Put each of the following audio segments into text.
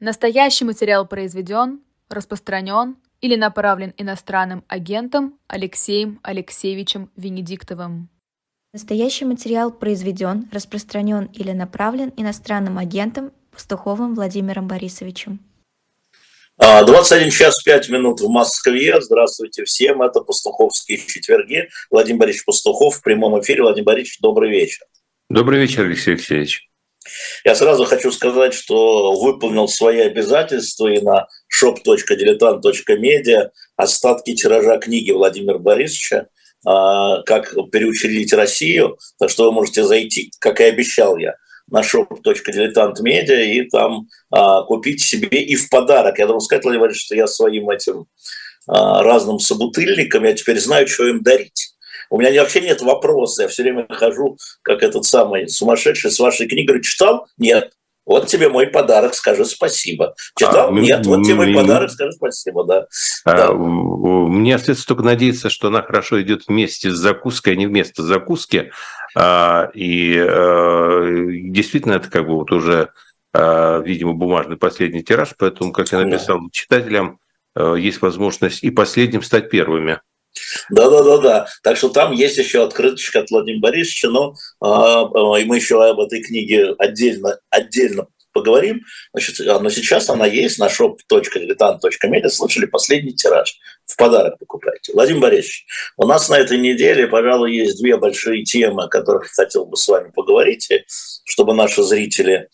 Настоящий материал произведен, распространен или направлен иностранным агентом Алексеем Алексеевичем Венедиктовым. Настоящий материал произведен, распространен или направлен иностранным агентом Пастуховым Владимиром Борисовичем. 21 час 5 минут в Москве. Здравствуйте всем. Это Пастуховские четверги. Владимир Борисович Пастухов в прямом эфире. Владимир Борисович, добрый вечер. Добрый вечер, Алексей Алексеевич. Я сразу хочу сказать, что выполнил свои обязательства и на shop.diletant.media остатки тиража книги Владимира Борисовича «Как переучредить Россию». Так что вы можете зайти, как и обещал я, на shop.diletant.media и там купить себе и в подарок. Я должен сказать, Владимир Борисович, что я своим этим разным собутыльникам, я теперь знаю, что им дарить. У меня вообще нет вопроса, я все время хожу, как этот самый сумасшедший с вашей книгой. Говорю, читал? Нет. Вот тебе мой подарок, скажи спасибо. Читал? Нет. Вот тебе мой подарок, скажи спасибо, да. Мне остается только надеяться, что она хорошо идет вместе с закуской, а не вместо закуски. И действительно, это как бы вот уже, видимо, бумажный последний тираж, поэтому, как я написал читателям, есть возможность и последним стать первыми. Да. Так что там есть еще открыточка от Владимира Борисовича, но и мы еще об этой книге отдельно поговорим. Значит, но сейчас она есть на shop.diletant.media. Слышали, последний тираж. В подарок покупайте. Владимир Борисович, у нас на этой неделе, пожалуй, есть две большие темы, о которых я хотел бы с вами поговорить, чтобы наши зрители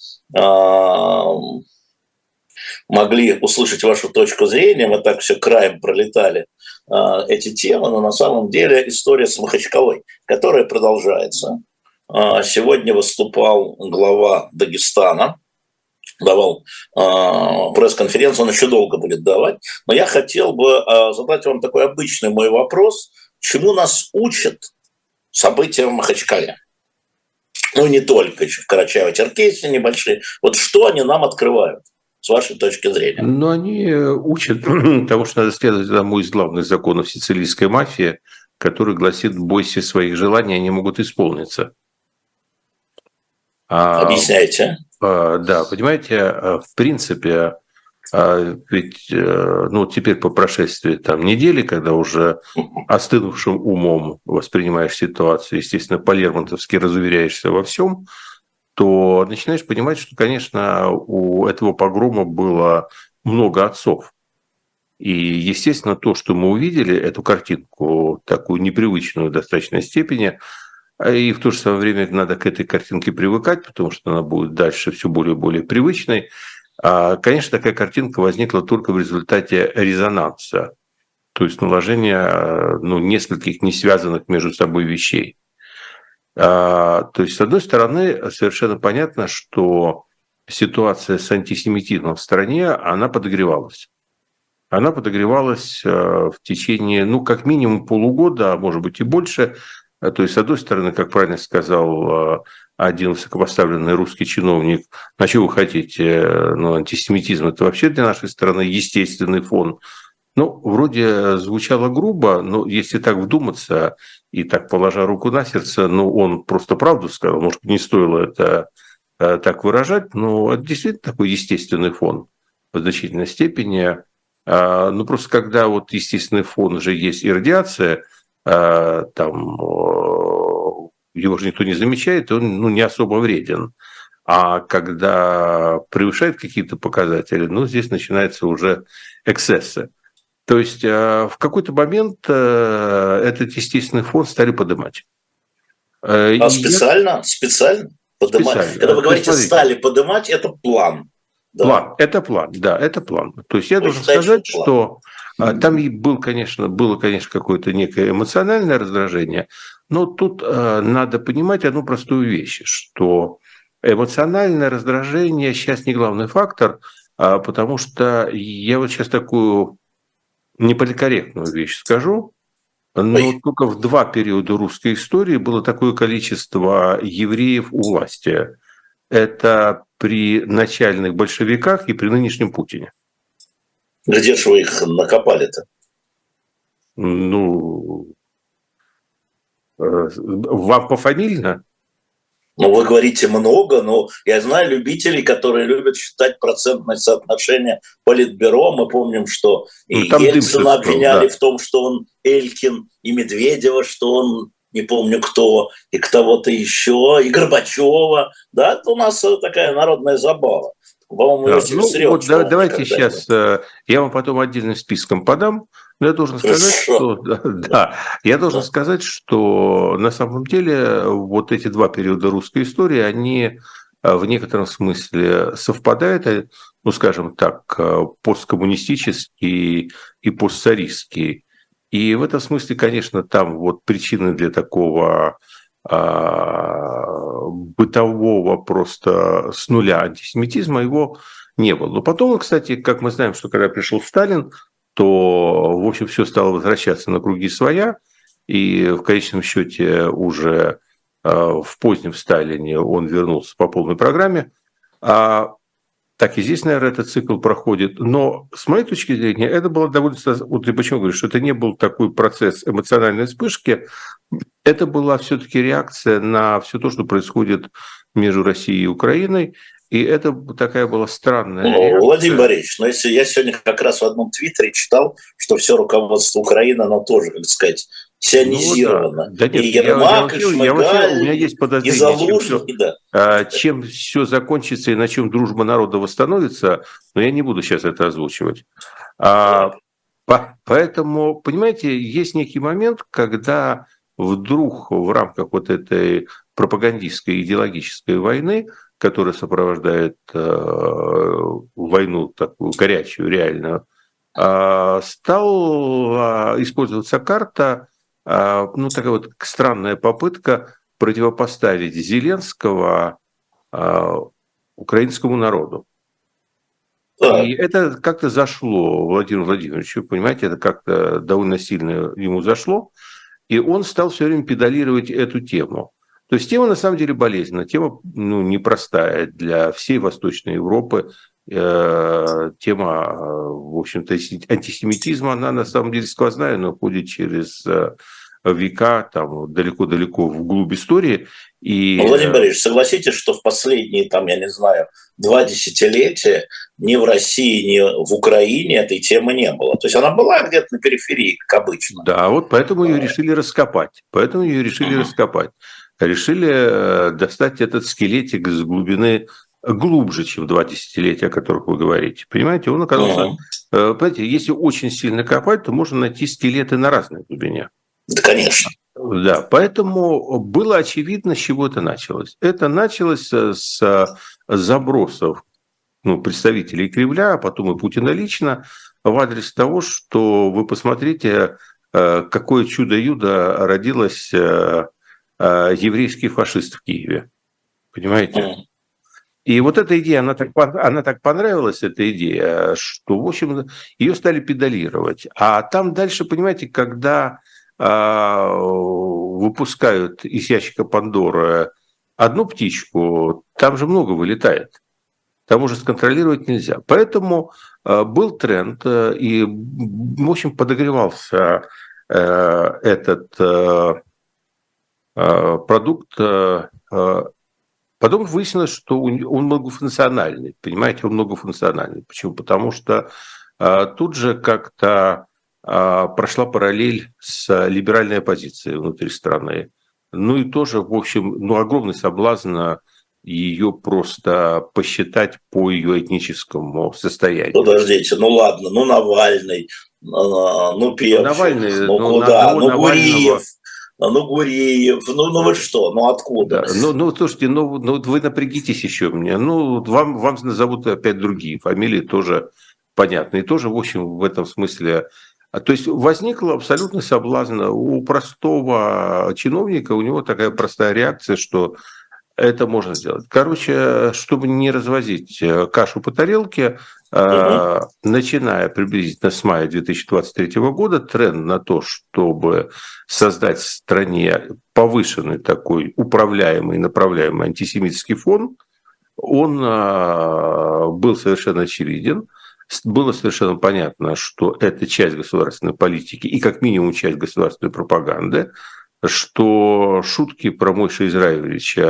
могли услышать вашу точку зрения. Мы так все краем пролетали эти темы, но на самом деле история с Махачкалой, которая продолжается. Сегодня выступал глава Дагестана, давал пресс-конференцию, он еще долго будет давать, но я хотел бы задать вам такой обычный мой вопрос, чему нас учат события в Махачкале? Ну, не только, еще в Карачаево-Черкесии небольшие. Вот что они нам открывают? С вашей точки зрения? Ну, они учат того, что надо следовать одному из главных законов сицилийской мафии, который гласит: бойся своих желаний, они могут исполниться. Объясняйте. Да, понимаете, в принципе, ведь теперь по прошествии недели, когда уже остынувшим умом воспринимаешь ситуацию, естественно, по-лермонтовски разуверяешься во всем, то начинаешь понимать, что, конечно, у этого погрома было много отцов. И, естественно, то, что мы увидели, эту картинку, такую непривычную в достаточной степени, и в то же самое время надо к этой картинке привыкать, потому что она будет дальше все более и более привычной. Конечно, такая картинка возникла только в результате резонанса, то есть наложения нескольких не связанных между собой вещей. То есть, с одной стороны, совершенно понятно, что ситуация с антисемитизмом в стране, она подогревалась. Она подогревалась в течение, как минимум полугода, а может быть и больше. То есть, с одной стороны, как правильно сказал один высокопоставленный русский чиновник, а что вы хотите, антисемитизм – это вообще для нашей страны естественный фон. Вроде звучало грубо, но если так вдуматься и так положа руку на сердце, он просто правду сказал, может, не стоило это так выражать, но это действительно такой естественный фон в значительной степени. Просто когда естественный фон уже есть и радиация, его же никто не замечает, он не особо вреден. А когда превышает какие-то показатели, здесь начинаются уже эксцессы. То есть в какой-то момент этот естественный фон стали поднимать. Специально поднимать? Специально. Когда вы говорите «стали поднимать», это план. Да. Это план. То есть я должен сказать, что там было, конечно, какое-то некое эмоциональное раздражение, но тут надо понимать одну простую вещь, что эмоциональное раздражение сейчас не главный фактор, потому что я вот сейчас такую неполиткорректную вещь скажу, но только в два периода русской истории было такое количество евреев у власти. Это при начальных большевиках и при нынешнем Путине. Где же вы их накопали-то? Вам пофамильно? Ну, вы говорите много, но я знаю любителей, которые любят считать процентное соотношение Политбюро. Мы помним, что и там Ельцина обвиняли да. в том, что он Элькин, и Медведева, что он не помню кто, и кого-то еще, и Горбачева. Да, это у нас такая народная забава. По-моему, Иосиф Виссарионович, давайте сейчас, я вам потом отдельным списком подам, но я должен сказать, что на самом деле вот эти два периода русской истории, они в некотором смысле совпадают, ну, скажем так, посткоммунистический и постцаристский. И в этом смысле, конечно, там вот причины для такого бытового просто с нуля антисемитизма его не было. Но потом, кстати, как мы знаем, что когда пришел Сталин, то, в общем, все стало возвращаться на круги своя, и в конечном счете уже в позднем Сталине он вернулся по полной программе. Так и здесь, наверное, этот цикл проходит. Но с моей точки зрения, это было довольно... Вот я почему говорю, что это не был такой процесс эмоциональной вспышки, это была все-таки реакция на все то, что происходит между Россией и Украиной. И это такая была странная реакция. Владимир Борисович, но если я сегодня как раз в одном твиттере читал, что все руководство Украины, оно тоже, как сказать, сионизировано. Да нет, и Ермак, и Шмыгаль, у меня есть подозрение, и Залужный, чем все закончится и на чем дружба народа восстановится, но я не буду сейчас это озвучивать. Поэтому, понимаете, есть некий момент, когда вдруг в рамках вот этой пропагандистской идеологической войны, которая сопровождает войну такую горячую, реальную, стала использоваться карта, ну, такая вот странная попытка противопоставить Зеленского украинскому народу. И это как-то зашло Владимиру Владимировичу, понимаете, это как-то довольно сильно ему зашло, и он стал все время педалировать эту тему. То есть тема на самом деле болезненная, тема непростая для всей Восточной Европы. Тема, в общем-то, антисемитизма, она на самом деле сквозная, но ходит через века, там, далеко-далеко вглубь истории. И... Владимир Борисович, согласитесь, что в последние, там, я не знаю, 2 десятилетия ни в России, ни в Украине этой темы не было. То есть она была где-то на периферии, как обычно. Да, вот поэтому ее решили раскопать. Решили достать этот скелетик с глубины глубже, чем 2 десятилетия, о которых вы говорите. Понимаете, он оказался... Понимаете, если очень сильно копать, то можно найти скелеты на разной глубине. Да, конечно. Да, поэтому было очевидно, с чего это началось. Это началось с забросов представителей Кремля, а потом и Путина лично, в адрес того, что вы посмотрите, какое чудо-юдо родилось еврейский фашист в Киеве. Понимаете? И вот эта идея, она так понравилась, эта идея, что, в общем, ее стали педалировать. А там дальше, понимаете, когда выпускают из ящика Пандоры одну птичку, там же много вылетает. Там уже сконтролировать нельзя. Поэтому был тренд, и, в общем, подогревался этот продукт. Потом выяснилось, что он многофункциональный. Понимаете, он многофункциональный. Почему? Потому что тут же как-то прошла параллель с либеральной оппозицией внутри страны. Ну и тоже, в общем, огромный соблазн ее просто посчитать по ее этническому состоянию. Подождите, ладно, Навальный, Певчик, Навальный, Гуриев. Гуриев, вы что, откуда? Да. Слушайте, вы напрягитесь еще мне. Вам назовут опять другие фамилии, тоже понятно. И тоже, в общем, в этом смысле... То есть возникла абсолютный соблазн у простого чиновника, у него такая простая реакция, что это можно сделать. Короче, чтобы не развозить кашу по тарелке, начиная приблизительно с мая 2023 года, тренд на то, чтобы создать в стране повышенный такой управляемый, направляемый антисемитский фон, он был совершенно очевиден. Было совершенно понятно, что это часть государственной политики и как минимум часть государственной пропаганды, что шутки про Мойшу Израилевича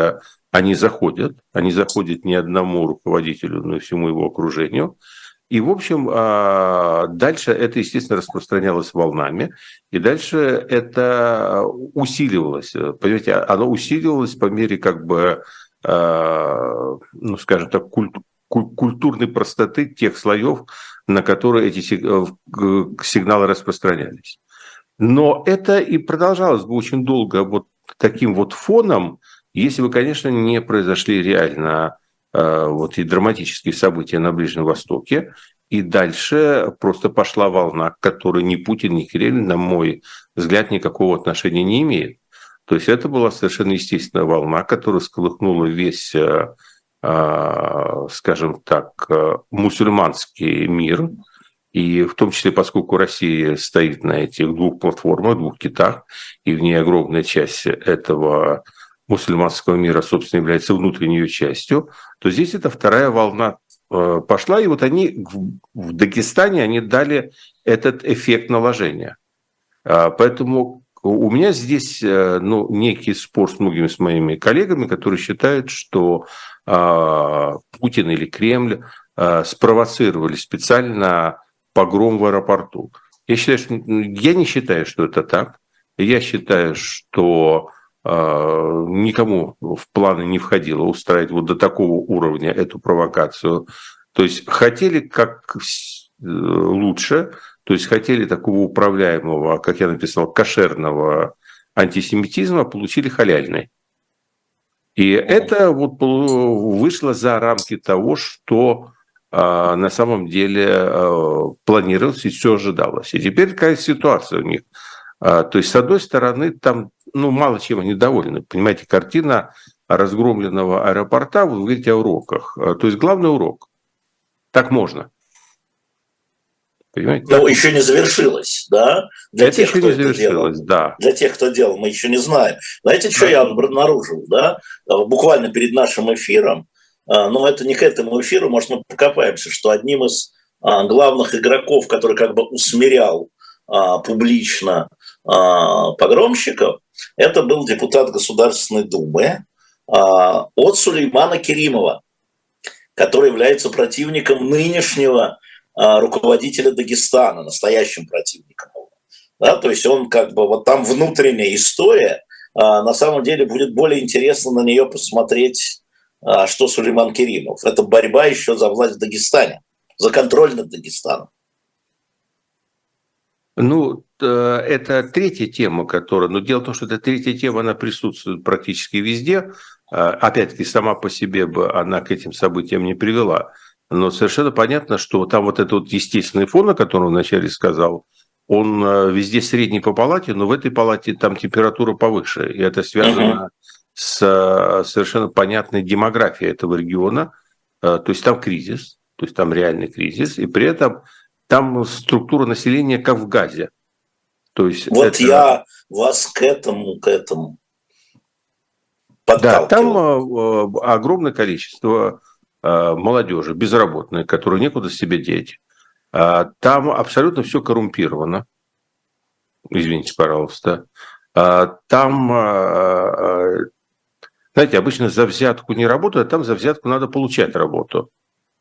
они заходят не одному руководителю, но и всему его окружению. И, в общем, дальше это, естественно, распространялось волнами, и дальше это усиливалось. Понимаете, оно усиливалось по мере, как бы, ну, скажем так, культурной простоты тех слоев, на которые эти сигналы распространялись. Но это и продолжалось бы очень долго вот таким вот фоном, если бы, конечно, не произошли реально вот и драматические события на Ближнем Востоке, и дальше просто пошла волна, к которой ни Путин, ни Кремль, на мой взгляд, никакого отношения не имеют. То есть это была совершенно естественная волна, которая всколыхнула весь, скажем так, мусульманский мир, и в том числе, поскольку Россия стоит на этих двух платформах, двух китах, и в ней огромная часть этого мусульманского мира, собственно, является внутренней ее частью, то здесь эта вторая волна пошла, и вот они в Дагестане они дали этот эффект наложения. Поэтому у меня здесь некий спор с многими с моими коллегами, которые считают, что Путин или Кремль спровоцировали специально погром в аэропорту. Я не считаю, что это так. Я считаю, что никому в планы не входило устраивать вот до такого уровня эту провокацию. То есть хотели как лучше, то есть хотели такого управляемого, как я написал, кошерного антисемитизма, получили халяльный. И это вот вышло за рамки того, что на самом деле планировалось и все ожидалось. И теперь какая ситуация у них? То есть, с одной стороны, там мало чем они довольны. Понимаете, картина разгромленного аэропорта, вы говорите о уроках. То есть, главный урок. Так можно. Понимаете? Но еще не завершилось, да? Для тех, еще не завершилось, да. Для тех, кто делал, мы еще не знаем. Знаете, что я обнаружил, да? Буквально перед нашим эфиром, но это не к этому эфиру, может, мы покопаемся, что одним из главных игроков, который как бы усмирял публично погромщиков, это был депутат Государственной Думы от Сулеймана Керимова, который является противником нынешнего руководителя Дагестана, настоящим противником. Да, то есть он как бы, вот там внутренняя история, на самом деле будет более интересно на нее посмотреть, что Сулейман Керимов. Это борьба еще за власть в Дагестане, за контроль над Дагестаном. Это третья тема, которая... Но дело в том, что эта третья тема, она присутствует практически везде. Опять-таки, сама по себе бы она к этим событиям не привела. Но совершенно понятно, что там вот этот вот естественный фон, о котором вначале сказал, он везде средний по палате, но в этой палате там температура повыше. И это связано с совершенно понятной демографией этого региона. То есть там кризис, то есть там реальный кризис. И при этом там структура населения как в Газе. То есть вот это... я вас к этому подталкиваю. Да, там огромное количество молодежи, безработной, которой некуда себе деть. Там абсолютно все коррумпировано. Извините, пожалуйста. Там, знаете, обычно за взятку не работают, а там за взятку надо получать работу.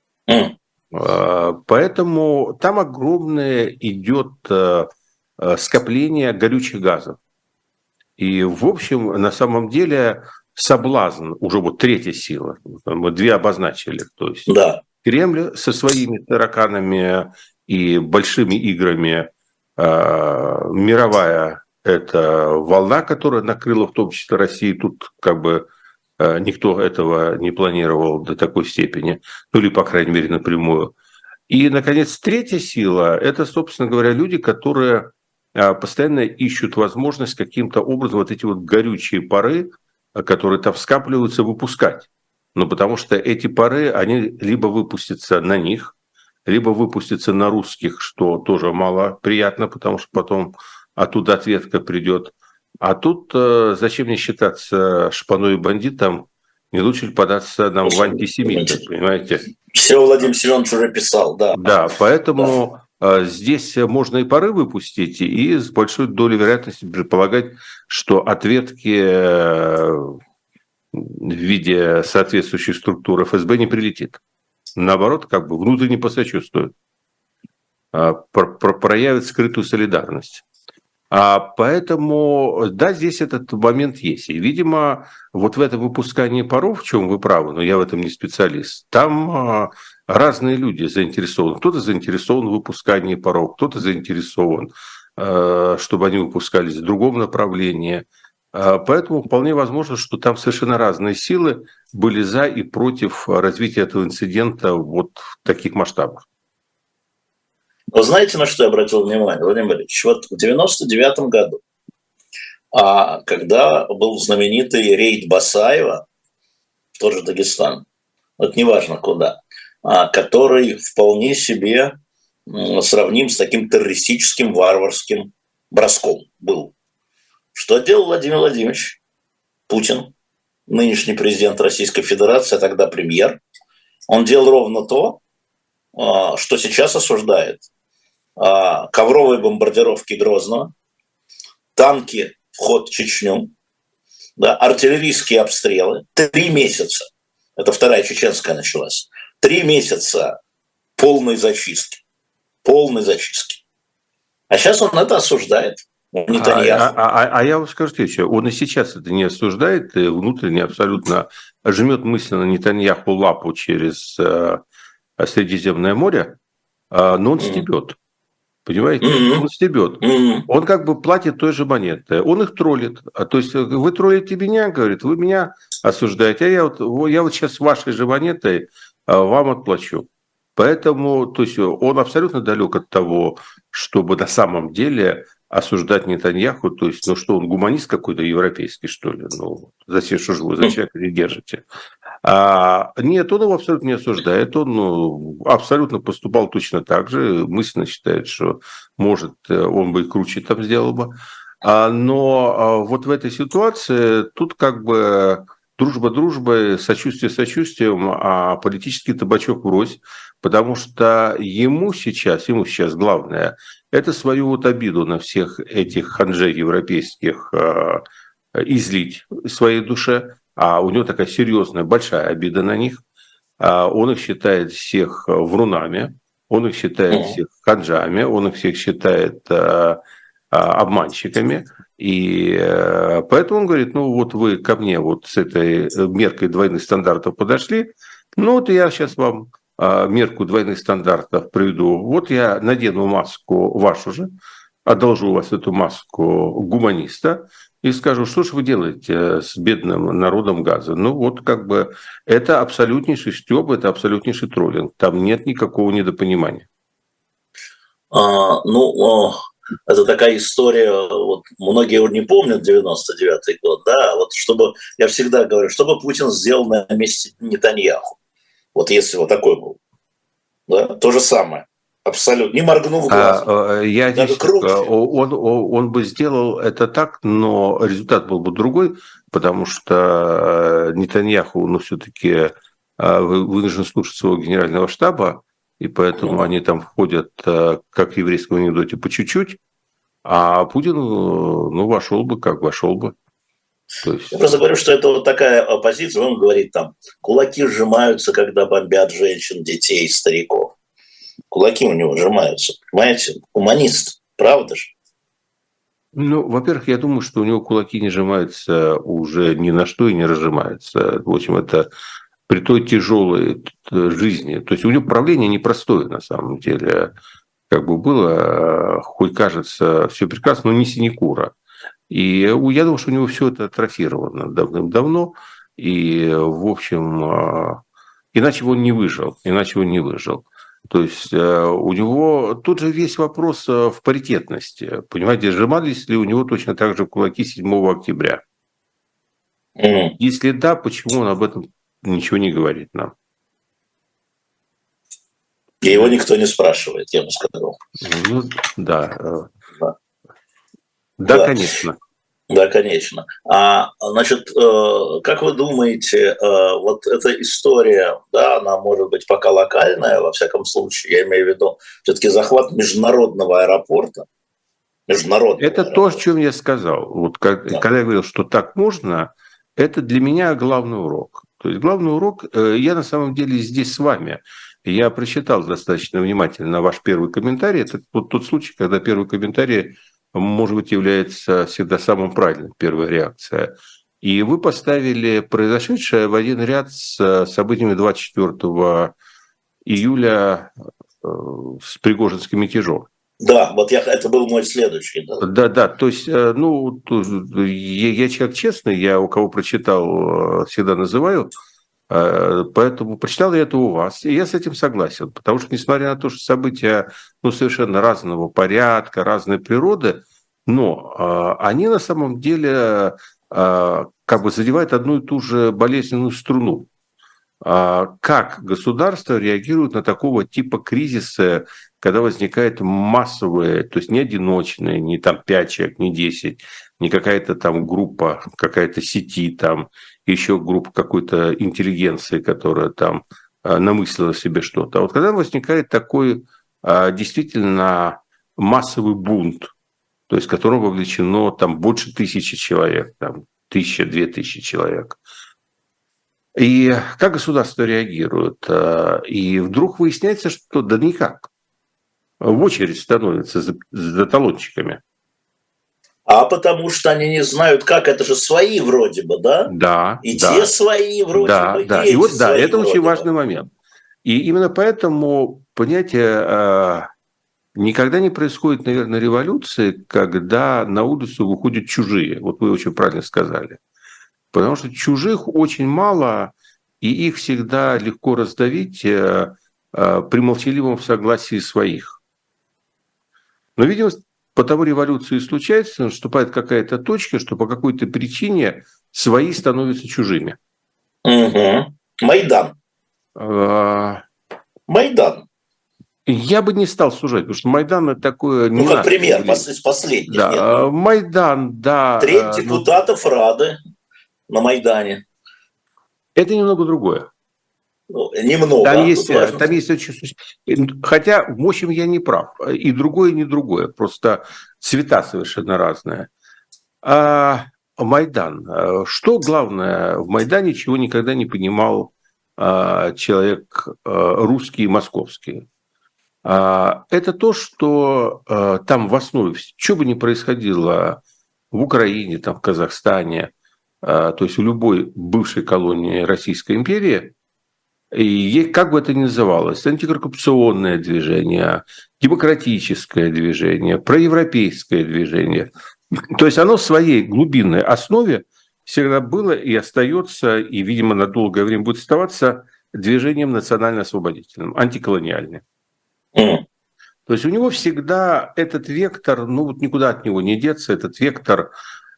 Поэтому там огромное идет скопление горючих газов. И, в общем, на самом деле соблазн, уже вот третья сила, мы две обозначили, то есть да. Кремль со своими тараканами и большими играми, мировая эта волна, которая накрыла в том числе Россию, тут как бы никто этого не планировал до такой степени, ну или, по крайней мере, напрямую. И, наконец, третья сила – это, собственно говоря, люди, которые постоянно ищут возможность каким-то образом вот эти вот горючие пары, которые там скапливаются, выпускать. Ну, потому что эти пары, они либо выпустятся на них, либо выпустятся на русских, что тоже мало приятно, потому что потом оттуда ответка придет. А тут зачем мне считаться шпаной и бандитом? Не лучше ли податься нам в антисемиты, понимаете? Все Владимир Семенович уже писал, да. Да, поэтому здесь можно и пары выпустить, и с большой долей вероятности предполагать, что ответки в виде соответствующих структур ФСБ не прилетит. Наоборот, как бы внутренне посочувствует, проявит скрытую солидарность. Поэтому, да, здесь этот момент есть. И, видимо, вот в этом выпускании паров, в чем вы правы, но я в этом не специалист, там разные люди заинтересованы. Кто-то заинтересован в выпускании паров, кто-то заинтересован, чтобы они выпускались в другом направлении. Поэтому вполне возможно, что там совершенно разные силы были за и против развития этого инцидента вот в таких масштабах. Вы знаете, на что я обратил внимание, Владимир Ильич? Вот в 1999 году, когда был знаменитый рейд Басаева в тот же Дагестан, вот неважно куда, который вполне себе сравним с таким террористическим варварским броском был. Что делал Владимир Владимирович Путин, нынешний президент Российской Федерации, а тогда премьер? Он делал ровно то, что сейчас осуждает. Ковровые бомбардировки Грозного, танки в ход Чечню, да, артиллерийские обстрелы, 3 месяца, это вторая чеченская началась, 3 месяца полной зачистки. А сейчас он это осуждает. Я вам скажу еще, он и сейчас это не осуждает, и внутренне абсолютно жмет мысленно Нетаньяху лапу через Средиземное море, но он стебет. Понимаете? Он стебет. Он как бы платит той же монетой. Он их троллит. То есть вы троллите меня, говорит, вы меня осуждаете, а я вот сейчас вашей же монетой вам отплачу. Поэтому, то есть он абсолютно далек от того, чтобы на самом деле осуждать Нетаньяху, то есть, что он гуманист какой-то европейский, что ли? Зачем, что же вы за человека не держите? Нет, он его абсолютно не осуждает, он абсолютно поступал точно так же, мысленно считает, что, может, он бы и круче там сделал бы. Но вот в этой ситуации тут как бы дружба дружбой, сочувствие сочувствием, а политический табачок врозь, потому что ему сейчас главное – это свою вот обиду на всех этих ханжей европейских излить в своей душе, а у него такая серьезная, большая обида на них. Он их считает всех врунами, он их считает всех ханжами, он их всех считает обманщиками. И поэтому он говорит, вот вы ко мне вот с этой меркой двойных стандартов подошли, вот я сейчас вам мерку двойных стандартов приведу. Вот я надену маску вашу же, одолжу у вас эту маску гуманиста и скажу, что же вы делаете с бедным народом Газа. Как бы это абсолютнейший стёб, это абсолютнейший троллинг. Там нет никакого недопонимания. Это такая история, вот многие не помнят 99-й год, да, вот чтобы, я всегда говорю, что бы Путин сделал на месте Нетаньяху, вот если вот такой был, да, то же самое, абсолютно, не моргнув глазом. Он бы сделал это так, но результат был бы другой, потому что Нетаньяху, все-таки вынужден слушать своего генерального штаба, и поэтому они там входят, как в еврейском анекдоте, по чуть-чуть, а Путин, вошел бы, как вошел бы. То есть... Я просто говорю, что это вот такая оппозиция, он говорит там, кулаки сжимаются, когда бомбят женщин, детей, стариков. Кулаки у него сжимаются, понимаете? Гуманист, правда же? Во-первых, я думаю, что у него кулаки не сжимаются уже ни на что и не разжимаются. В общем, это... при той тяжелой жизни. То есть у него правление непростое на самом деле. Как бы было, хоть кажется, все прекрасно, но не синекура. И я думаю, что у него все это атрофировано давным-давно. И, в общем, иначе бы он не выжил. То есть у него тут же весь вопрос в паритетности. Понимаете, сжимались ли у него точно так же кулаки 7 октября? Если да, почему он об этом ничего не говорит нам? И его никто не спрашивает, я бы сказал. Да, конечно. Да, конечно. Значит, как вы думаете, вот эта история, да, она может быть пока локальная, во всяком случае, я имею в виду все-таки захват международного аэропорта. Это то, о чем я сказал. Вот когда я говорил, что так можно, это для меня главный урок. То есть главный урок, я на самом деле здесь с вами. Я прочитал достаточно внимательно ваш первый комментарий. Это вот тот случай, когда первый комментарий, может быть, является всегда самым правильным, первая реакция. И вы поставили произошедшее в один ряд с событиями 24 июля с Пригожинским мятежом. Да, вот это был мой следующий. Да, то есть, ну, я человек честный, я у кого прочитал, всегда называю, поэтому прочитал я это у вас, и я с этим согласен, потому что, несмотря на то, что события, ну, совершенно разного порядка, разной природы, но они на самом деле как бы задевают одну и ту же болезненную струну. Как государство реагирует на такого типа кризисы, когда возникает массовые, то есть не одиночные, не там 5 человек, не 10, не какая-то там группа, какая-то сети, там еще группа какой-то интеллигенции, которая там намыслила себе что-то. А вот когда возникает такой действительно массовый бунт, то есть в котором вовлечено там больше 1000 человек, там 1000-2000 человек, и как государство реагирует? И вдруг выясняется, что да никак. В очередь становятся за талончиками. А потому что они не знают, как, это же свои вроде бы, да? Да. И те свои вроде бы, да. И вот да, это вроде очень бы. важный момент. И именно поэтому, понимаете, никогда не происходит, наверное, революции, когда на улицу выходят чужие. Вот вы очень правильно сказали. Потому что чужих очень мало, и их всегда легко раздавить при молчаливом согласии своих. Но, видимо, потому революции случается, наступает какая-то точка, что по какой-то причине свои становятся чужими. Угу. Майдан. Майдан. Я бы не стал сужать, потому что Майдан – это такое… Ну, как пример из последних. Да, нет. Майдан, да. Треть депутатов Рады на Майдане. Это немного другое. Ну, немного. Там есть очень… Хотя, в общем, я не прав. И другое, и не другое. Просто цвета совершенно разные. Майдан. Что главное в Майдане, чего никогда не понимал человек русский и московский? Это то, что там в основе, что бы ни происходило в Украине, там, в Казахстане, то есть в любой бывшей колонии Российской империи, и как бы это ни называлось, антикоррупционное движение, демократическое движение, проевропейское движение, то есть оно в своей глубинной основе всегда было и остается, и, видимо, на долгое время будет оставаться движением национально-освободительным, антиколониальным. То есть у него всегда этот вектор, ну вот никуда от него не деться, этот вектор,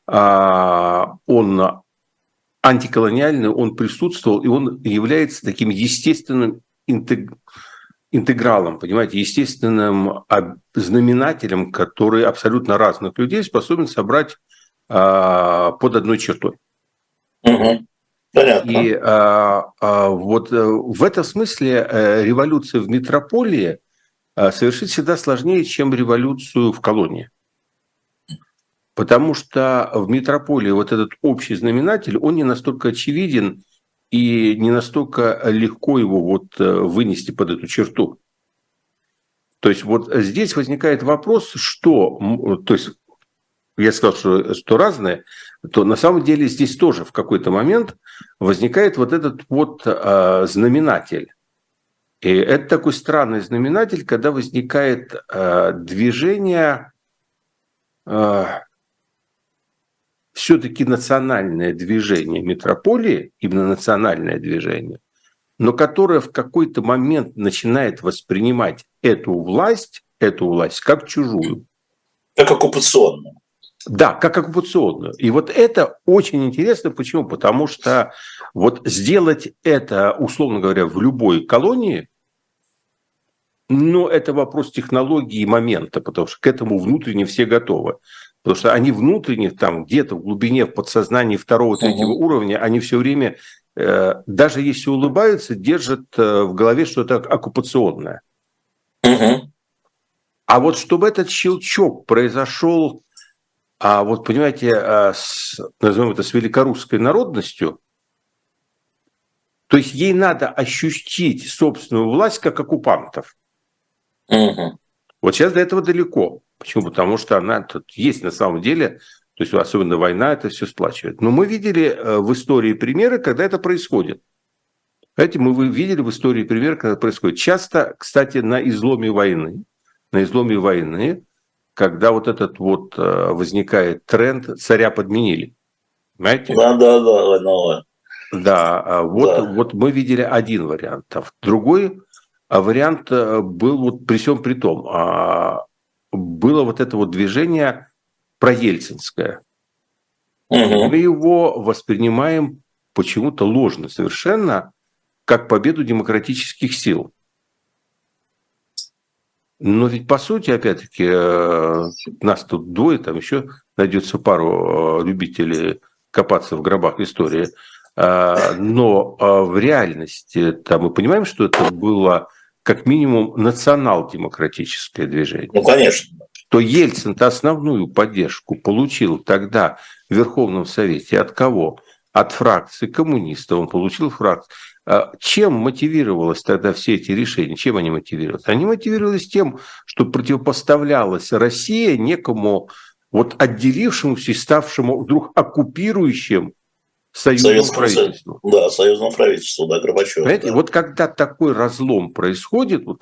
он антиколониальный, он присутствовал, и он является таким естественным интегралом, понимаете, естественным знаменателем, который абсолютно разных людей способен собрать под одной чертой. Угу. Понятно. И вот в этом смысле революция в метрополии совершить всегда сложнее, чем революцию в колонии. Потому что в метрополии вот этот общий знаменатель, он не настолько очевиден и не настолько легко его вот вынести под эту черту. То есть вот здесь возникает вопрос, что, то есть я сказал, что разное, то на самом деле здесь тоже в какой-то момент возникает вот этот вот знаменатель. И это такой странный знаменатель, когда возникает движение, все-таки национальное движение метрополии, именно национальное движение, но которое в какой-то момент начинает воспринимать эту власть как чужую. Как оккупационную. Да, как оккупационную. И вот это очень интересно. Почему? Потому что вот сделать это, условно говоря, в любой колонии, но это вопрос технологии и момента, потому что к этому внутренне все готовы. Потому что они внутренне, там где-то в глубине, в подсознании 2-3 уровня, они все время, даже если улыбаются, держат в голове что-то оккупационное. А вот чтобы этот щелчок произошел А вот, понимаете, назовем это с великорусской народностью, то есть ей надо ощутить собственную власть как оккупантов. Угу. Вот сейчас до этого далеко. Почему? Потому что она тут есть на самом деле, то есть особенно война это все сплачивает. Но мы видели в истории примеры, когда это происходит. Знаете, мы видели в истории примеры, когда это происходит. Часто, кстати, на изломе войны, когда вот этот вот возникает тренд «царя подменили». Понимаете? Да, новое. Да, вот мы видели один вариант. А другой вариант был вот при всем при том. Было вот это вот движение проельцинское. Мы его воспринимаем почему-то ложно совершенно, как победу демократических сил. Но ведь по сути, опять-таки, нас тут двое, там еще найдется пару любителей копаться в гробах истории. Но в реальности мы понимаем, что это было как минимум национал-демократическое движение. Ну, конечно. То Ельцин-то основную поддержку получил тогда в Верховном Совете от кого? От фракции коммунистов. Он получил фракцию. Чем мотивировалось тогда все эти решения? Чем они мотивировались? Они мотивировались тем, что противопоставлялась Россия некому вот отделившемуся и ставшему вдруг оккупирующим союзному правительству. Да, союзному правительству, да, Горбачева. Понимаете, да. вот когда такой разлом происходит, вот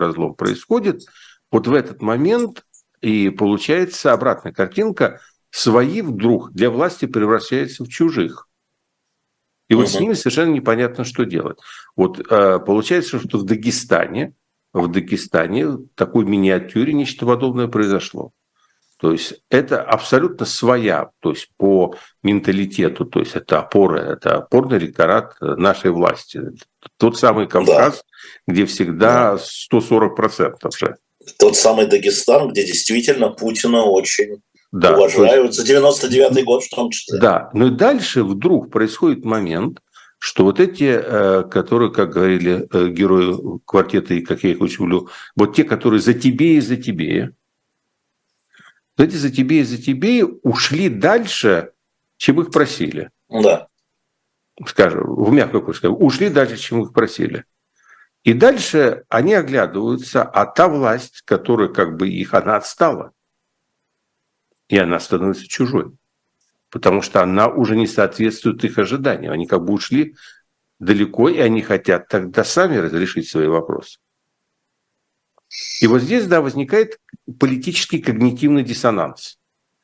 в этот момент и получается обратная картинка, свои вдруг для власти превращаются в чужих. И вот с ними совершенно непонятно, что делать. Вот получается, что в Дагестане такой миниатюре нечто подобное произошло. То есть это абсолютно своя, то есть по менталитету, то есть это опорный ректорат нашей власти. Тот самый Кавказ, где всегда 140% же. Тот самый Дагестан, где действительно Путина очень уважают, есть, за 99-й год в том числе. Да, но и дальше вдруг происходит момент, что вот эти, которые, как говорили герои квартета, и как я их очень люблю, вот те, которые за тебе и за тебе, эти за тебе и за тебе ушли дальше, чем их просили. Да. Скажем, в мягкой форме, ушли дальше, чем их просили. И дальше они оглядываются, а та власть, которая как бы их, она отстала. И она становится чужой. Потому что она уже не соответствует их ожиданиям. Они как бы ушли далеко, и они хотят тогда сами разрешить свои вопросы. И вот здесь, возникает политический когнитивный диссонанс.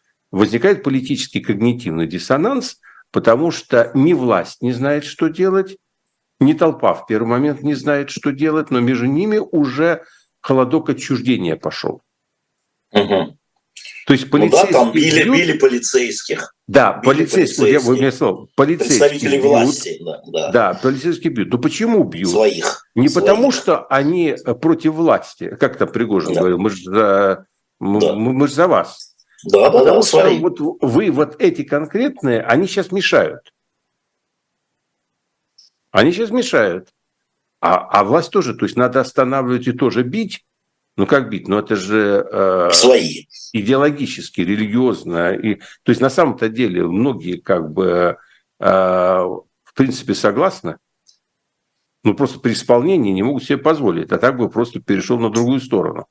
Потому что ни власть не знает, что делать, ни толпа в первый момент не знает, что делать, но между ними уже холодок отчуждения пошел. Угу. То есть полицейские там били полицейских. Да, полицейские. Вы мне слово. Представители бьют, власти. Да, полицейские бьют. Но почему бьют? Своих. Не потому, что они против власти. Как там Пригожин говорил, мы же за вас. Да, потому что вот вы вот эти конкретные, они сейчас мешают. А власть тоже, то есть надо останавливать и тоже бить. Ну как бить? Ну это же свои. Идеологически, религиозно. То есть на самом-то деле многие как бы в принципе согласны, но просто при исполнении не могут себе позволить. А так бы просто перешел на другую сторону.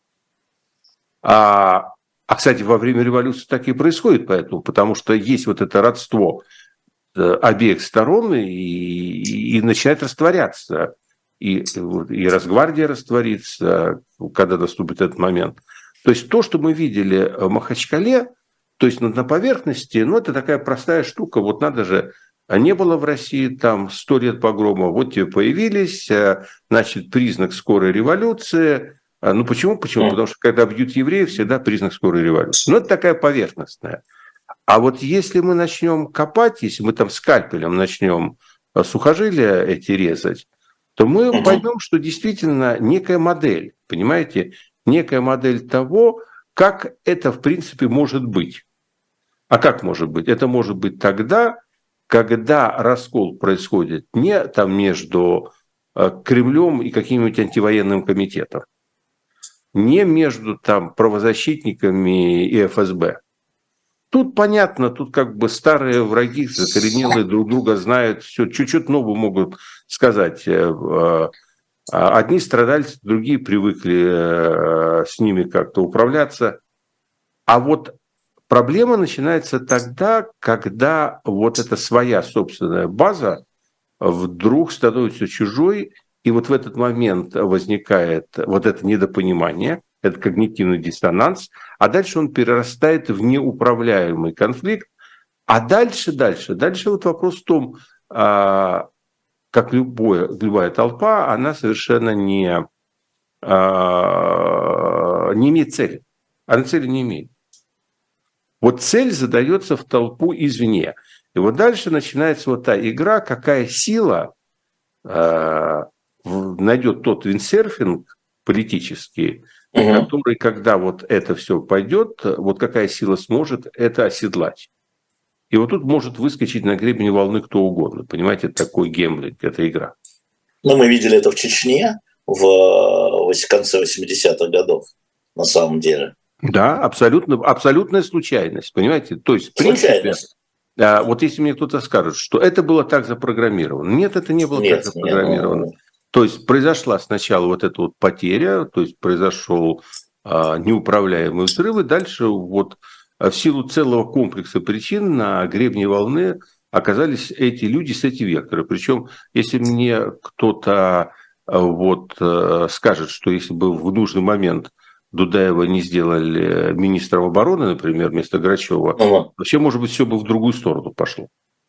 Кстати, во время революции так и происходит, потому что есть вот это родство обеих сторон и начинает растворяться. И Росгвардия растворится, когда наступит этот момент. То есть то, что мы видели в Махачкале, то есть на поверхности, это такая простая штука. Вот надо же, не было в России там 100 лет погрома, вот тебе появились, значит, признак скорой революции. Почему? Потому что когда бьют евреев, всегда признак скорой революции. Это такая поверхностная. А вот если мы начнем копать, если мы там скальпелем начнем сухожилия эти резать, то мы поймем, что действительно некая модель, понимаете, некая модель того, как это в принципе может быть. А как может быть? Это может быть тогда, когда раскол происходит не там между Кремлем и каким-нибудь антивоенным комитетом, не между там правозащитниками и ФСБ, Тут понятно, тут как бы старые враги, закоренелые, друг друга знают, все, чуть-чуть нового могут сказать. Одни страдальцы, другие привыкли с ними как-то управляться. А вот проблема начинается тогда, когда вот эта своя собственная база вдруг становится чужой, и вот в этот момент возникает вот это недопонимание, это когнитивный диссонанс, а дальше он перерастает в неуправляемый конфликт. А дальше вот вопрос в том, как любая толпа, она совершенно не имеет цели. Она цели не имеет. Вот цель задается в толпу извне. И вот дальше начинается вот та игра, какая сила найдет тот виндсерфинг политический, который, когда вот это все пойдет, вот какая сила сможет это оседлать. И вот тут может выскочить на гребень волны кто угодно. Понимаете, это такой гемблинг, это игра. Ну, мы видели это в Чечне в конце 80-х годов, на самом деле. Да, абсолютная случайность, понимаете? То есть, в принципе, вот если мне кто-то скажет, что это было так запрограммировано. Нет, это не было так запрограммировано. То есть произошла сначала вот эта вот потеря, то есть произошел неуправляемый взрыв, и дальше вот в силу целого комплекса причин на гребне волны оказались эти люди с эти векторы. Причем, если мне кто-то вот скажет, что если бы в нужный момент Дудаева не сделали министром обороны, например, вместо Грачева, вообще, может быть, все бы в другую сторону пошло.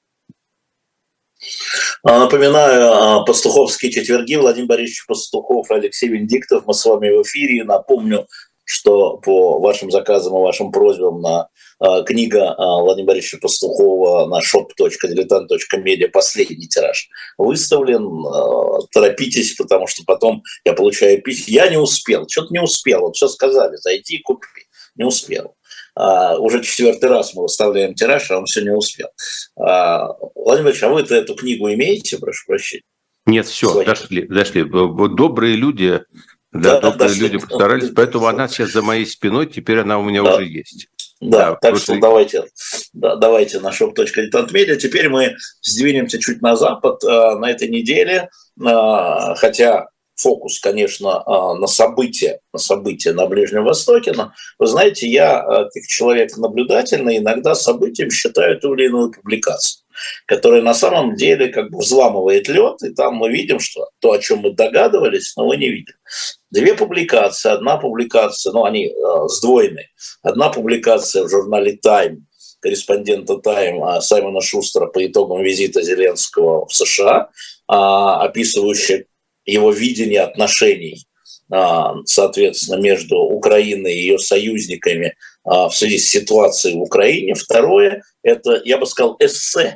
Напоминаю, пастуховские четверги, Владимир Борисович Пастухов, Алексей Венедиктов. Мы с вами в эфире. Напомню, что по вашим заказам и вашим просьбам книга Владимира Борисовича Пастухова на shop.diletant.media последний тираж выставлен. Торопитесь, потому что потом я получаю письма. Я не успел, что-то не успел. Вот все сказали, зайди и купи. Не успел. Уже 4-й раз мы выставляем тираж, а он все не успел. Владимир Ильич, а вы-то эту книгу имеете, прошу прощения? Нет, все, дошли. Добрые люди, люди постарались, поэтому она сейчас за моей спиной, теперь она у меня уже есть. Да, так что давайте на shop.diletant.media. Теперь мы сдвинемся чуть на запад на этой неделе, хотя фокус, конечно, на события на Ближнем Востоке, но, вы знаете, я, как человек наблюдательный, иногда событием считаю ту или иную публикацию, которая на самом деле как бы взламывает лед, и там мы видим, что то, о чем мы догадывались, но мы не видим. 2 публикации, одна публикация, они сдвоенные. Одна публикация в журнале Time, корреспондента Time Саймона Шустера по итогам визита Зеленского в США, описывающая его видение отношений, соответственно, между Украиной и ее союзниками в связи с ситуацией в Украине. Второе – это, я бы сказал, эссе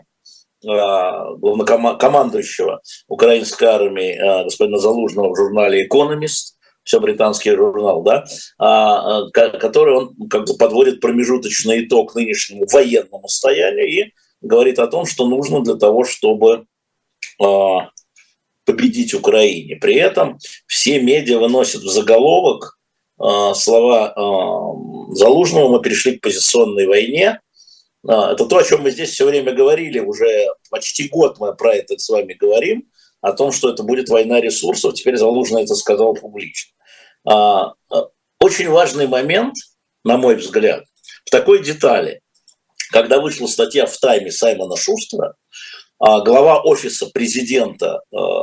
главнокомандующего украинской армии господина Залужного в журнале «Экономист», все британский журнал, да, который он как бы подводит промежуточный итог нынешнему военному состоянию и говорит о том, что нужно для того, чтобы победить Украине. При этом все медиа выносят в заголовок слова Залужного: мы перешли к позиционной войне. Это то, о чем мы здесь все время говорили, уже почти год мы про это с вами говорим, о том, что это будет война ресурсов. Теперь Залужный это сказал публично. Очень важный момент, на мой взгляд, в такой детали. Когда вышла статья в «Тайме» Саймона Шустера, глава офиса президента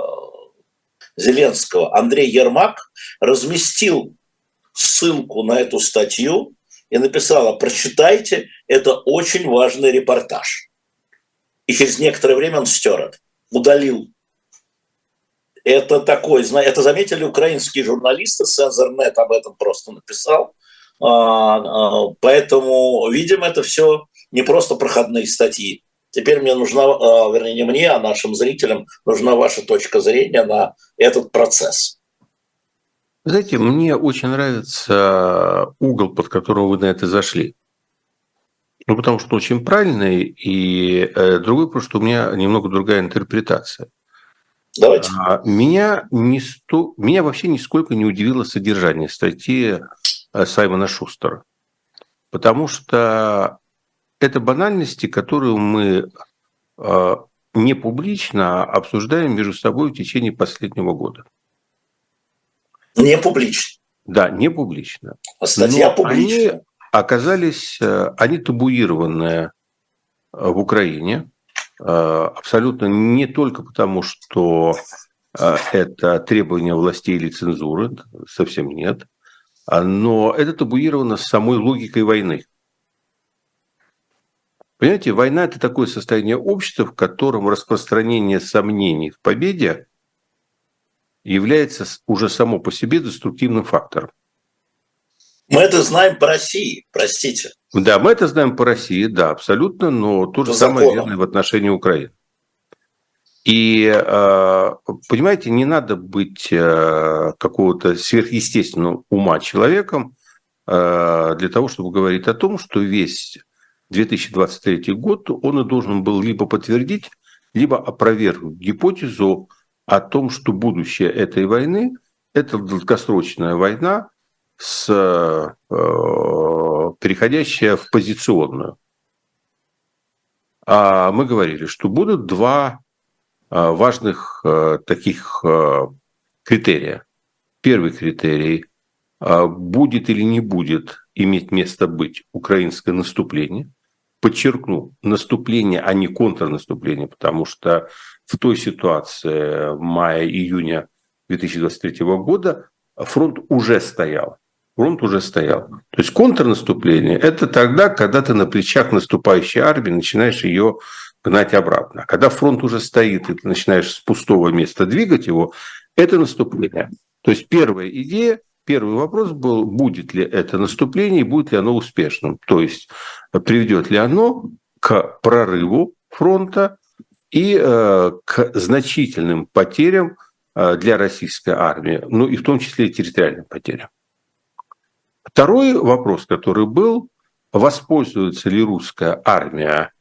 Зеленского Андрей Ермак разместил ссылку на эту статью и написала: прочитайте, это очень важный репортаж. И через некоторое время он стер это, удалил. Это такой, это заметили украинские журналисты, Сензорнет об этом просто написал. Поэтому, видимо, это все не просто проходные статьи. Теперь мне нужна, вернее, не мне, а нашим зрителям нужна ваша точка зрения на этот процесс. Знаете, мне очень нравится угол, под которым вы на это зашли. Потому что очень правильный, и другой, потому что у меня немного другая интерпретация. Давайте. Меня вообще нисколько не удивило содержание статьи Саймона Шустера. Потому что это банальности, которые мы не публично обсуждаем между собой в течение последнего года. Не публично. Да, не публично. А статья публичная. Они оказались, они табуированные в Украине, абсолютно не только потому, что это требование властей или цензуры, совсем нет, но это табуировано самой логикой войны. Понимаете, война – это такое состояние общества, в котором распространение сомнений в победе является уже само по себе деструктивным фактором. Мы это знаем по России, простите. Да, мы это знаем по России, да, абсолютно, но то же самое верно в отношении Украины. И, понимаете, не надо быть какого-то сверхъестественного ума человеком для того, чтобы говорить о том, что весь 2023 год он и должен был либо подтвердить, либо опровергнуть гипотезу о том, что будущее этой войны – это долгосрочная война, переходящая в позиционную. А мы говорили, что будут два важных таких критерия. Первый критерий – будет или не будет иметь место быть украинское наступление. Подчеркну, наступление, а не контрнаступление, потому что в той ситуации мая-июня 2023 года фронт уже стоял. Фронт уже стоял. То есть контрнаступление – это тогда, когда ты на плечах наступающей армии начинаешь ее гнать обратно. А когда фронт уже стоит, и ты начинаешь с пустого места двигать его, это наступление. То есть первая идея, первый вопрос был, будет ли это наступление и будет ли оно успешным. То есть приведет ли оно к прорыву фронта и к значительным потерям для российской армии, ну и в том числе и территориальным потерям. Второй вопрос, который был, воспользуется ли русская армия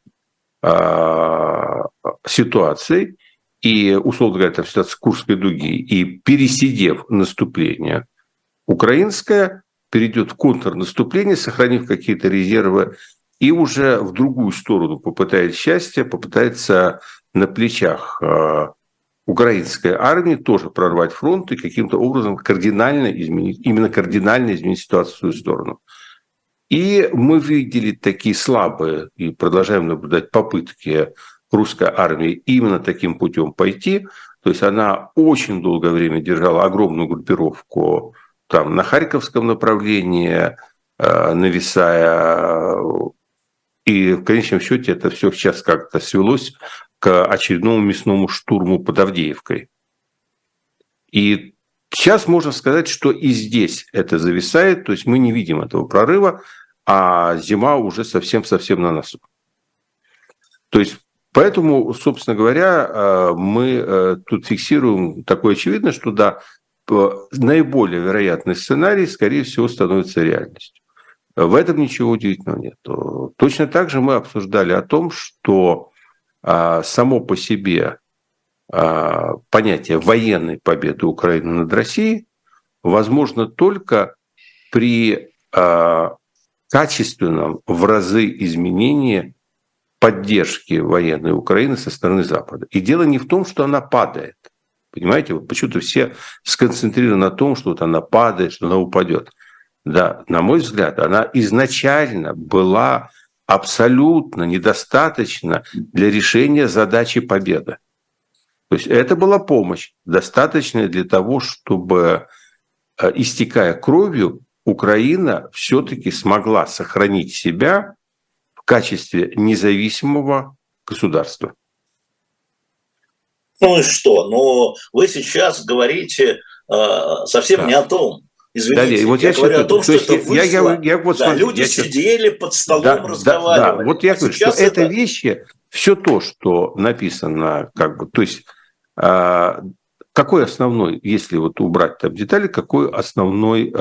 ситуацией, и, условно говоря, там ситуация Курской дуги, и пересидев наступление, украинская перейдет в контрнаступление, сохранив какие-то резервы, и уже в другую сторону попытается счастье, попытается на плечах украинской армии тоже прорвать фронт и каким-то образом кардинально изменить ситуацию в свою сторону. И мы видели такие слабые и продолжаем наблюдать попытки русской армии именно таким путем пойти. То есть она очень долгое время держала огромную группировку там, на Харьковском направлении, нависая. И в конечном счете это все сейчас как-то свелось к очередному мясному штурму под Авдеевкой. И сейчас можно сказать, что и здесь это зависает, то есть мы не видим этого прорыва, а зима уже совсем-совсем на носу. То есть поэтому, собственно говоря, мы тут фиксируем такое очевидно, что да, наиболее вероятный сценарий, скорее всего, становится реальностью. В этом ничего удивительного нет. Точно так же мы обсуждали о том, что само по себе понятие военной победы Украины над Россией возможно только при качественном в разы изменении поддержки военной Украины со стороны Запада. И дело не в том, что она падает. Понимаете, вот почему-то все сконцентрированы на том, что вот она падает, что она упадет. Да, на мой взгляд, она изначально была абсолютно недостаточно для решения задачи победы. То есть это была помощь, достаточная для того, чтобы, истекая кровью, Украина все-таки смогла сохранить себя в качестве независимого государства. Ну и что? Ну вы сейчас говорите совсем не о том. Извините, вот я говорю о том, что это вышло. Люди сидели под столом, разговаривали. Да. Вот я говорю, что это вещи, все то, что написано, как бы, то есть какой основной, если вот убрать там детали, какой основной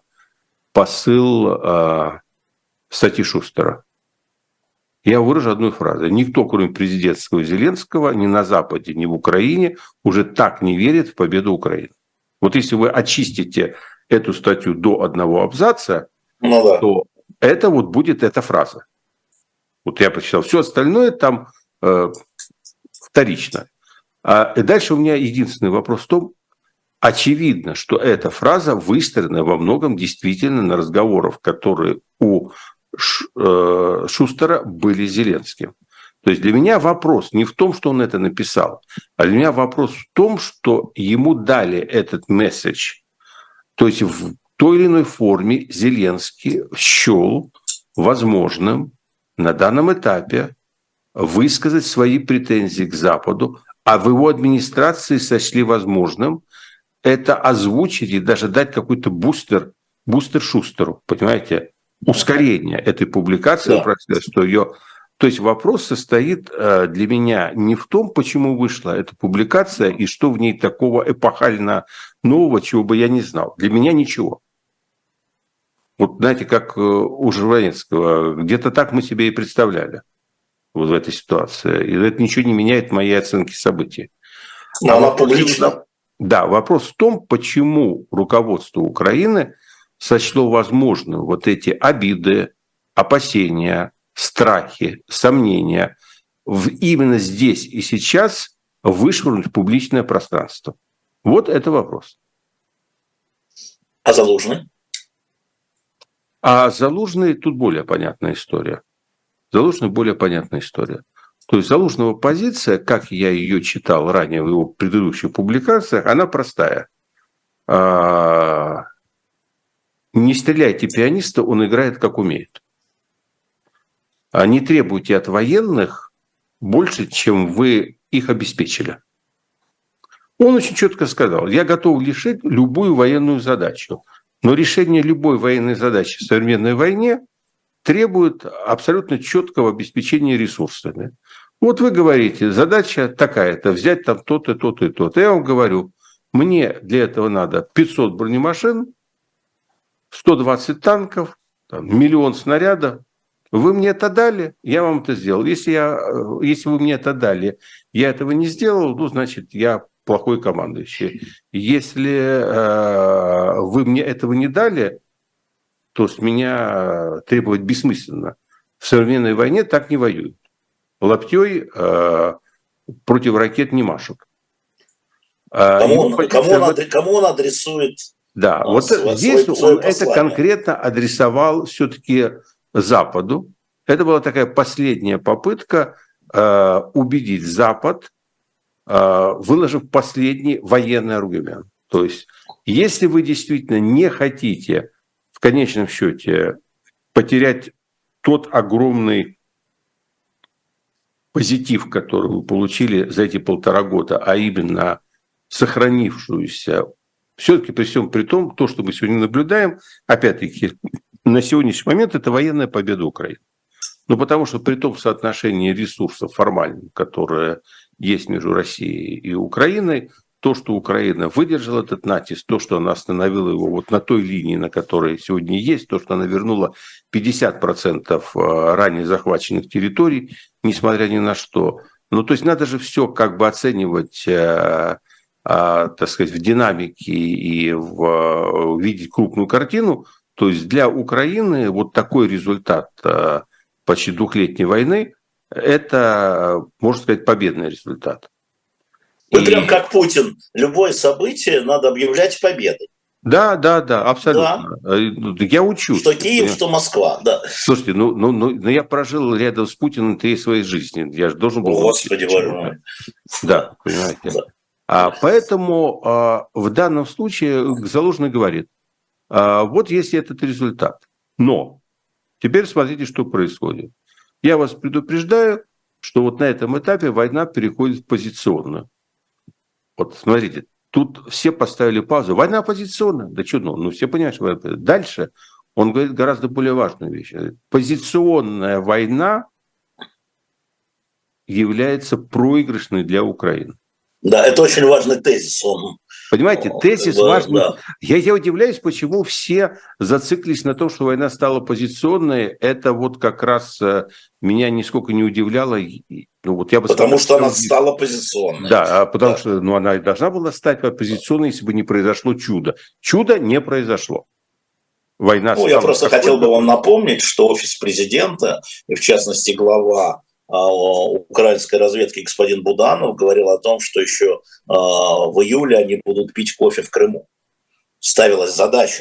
посыл статьи Шустера? Я выражу одной фразой. Никто, кроме президентского Зеленского, ни на Западе, ни в Украине уже так не верит в победу Украины. Вот если вы очистите эту статью до одного абзаца, то это вот будет эта фраза. Вот я прочитал. Все остальное там вторично. И дальше у меня единственный вопрос в том, очевидно, что эта фраза выстроена во многом действительно на разговорах, которые у Шустера были с Зеленским. То есть для меня вопрос не в том, что он это написал, а для меня вопрос в том, что ему дали этот месседж. То есть в той или иной форме Зеленский счел возможным на данном этапе высказать свои претензии к Западу, а в его администрации сочли возможным это озвучить и даже дать какой-то бустер Шустеру, понимаете, ускорение этой публикации, да. Что ее... То есть вопрос состоит для меня не в том, почему вышла эта публикация и что в ней такого эпохально нового, чего бы я не знал. Для меня ничего. Вот знаете, как у Жванецкого, где-то так мы себе и представляли вот в этой ситуации. И это ничего не меняет моей оценки событий. Но она публична. Да, вопрос в том, почему руководство Украины сочло возможным вот эти обиды, опасения, страхи, сомнения именно здесь и сейчас вышвырнуть в публичное пространство. Вот это вопрос. А Залужный? А Залужный тут более понятная история. Залужный более понятная история. То есть Залужного позиция, как я ее читал ранее в его предыдущих публикациях, она простая. Не стреляйте пианиста, он играет как умеет. Не требуйте от военных больше, чем вы их обеспечили. Он очень четко сказал, я готов решить любую военную задачу, но решение любой военной задачи в современной войне требует абсолютно четкого обеспечения ресурсами. Вот вы говорите, задача такая-то, взять там то-то, то-то и то-то. Я вам говорю, мне для этого надо 500 бронемашин, 120 танков, там, 1 000 000 снарядов. Вы мне это дали, я вам это сделал. Если вы мне это дали, я этого не сделал, ну, значит, я плохой командующий. Если вы мне этого не дали, то с меня требовать бессмысленно. В современной войне так не воюют. Лаптей против ракет не машут. Кому он адресует? Да, вот здесь он это конкретно адресовал все-таки Западу. Это была такая последняя попытка убедить Запад, выложив последний военный аргумент. То есть, если вы действительно не хотите в конечном счете потерять тот огромный позитив, который вы получили за эти 1,5 года, а именно сохранившуюся, все-таки при всем при том, то, что мы сегодня наблюдаем, опять-таки, на сегодняшний момент это военная победа Украины. Ну, потому что при том соотношении ресурсов формальном, которое есть между Россией и Украиной, то, что Украина выдержала этот натиск, то, что она остановила его вот на той линии, на которой сегодня есть, то, что она вернула 50% ранее захваченных территорий, несмотря ни на что. Ну, то есть надо же все как бы оценивать, так сказать, в динамике и видеть крупную картину. То есть для Украины вот такой результат почти 2-летней войны – это, можно сказать, победный результат. Вы прям как Путин. Любое событие надо объявлять победой. Да, абсолютно. Да. Я учусь. Что Киев, что Москва, да. Слушайте, ну я прожил рядом с Путиным 3 своей жизни. Я же должен был... Господи, боже мой. Да, понимаете. Да. Поэтому в данном случае Залужный говорит, вот есть этот результат. Но теперь смотрите, что происходит. Я вас предупреждаю, что вот на этом этапе война переходит в позиционную. Вот смотрите, тут все поставили паузу. Война позиционная. Да что, ну все понимают, что дальше он говорит гораздо более важную вещь. Позиционная война является проигрышной для Украины. Да, это очень важный тезис. Понимаете, тезис важный. Да. Я удивляюсь, почему все зациклились на том, что война стала позиционной. Это вот как раз меня нисколько не удивляло. Ну, вот я бы потому что она стала позиционной. Да, потому что она и должна была стать позиционной, если бы не произошло чудо. Чудо не произошло. война Ну, стала... я просто хотел бы вам напомнить, что офис президента, и в частности глава украинской разведки господин Буданов говорил о том, что еще в июле они будут пить кофе в Крыму. Ставилась задача.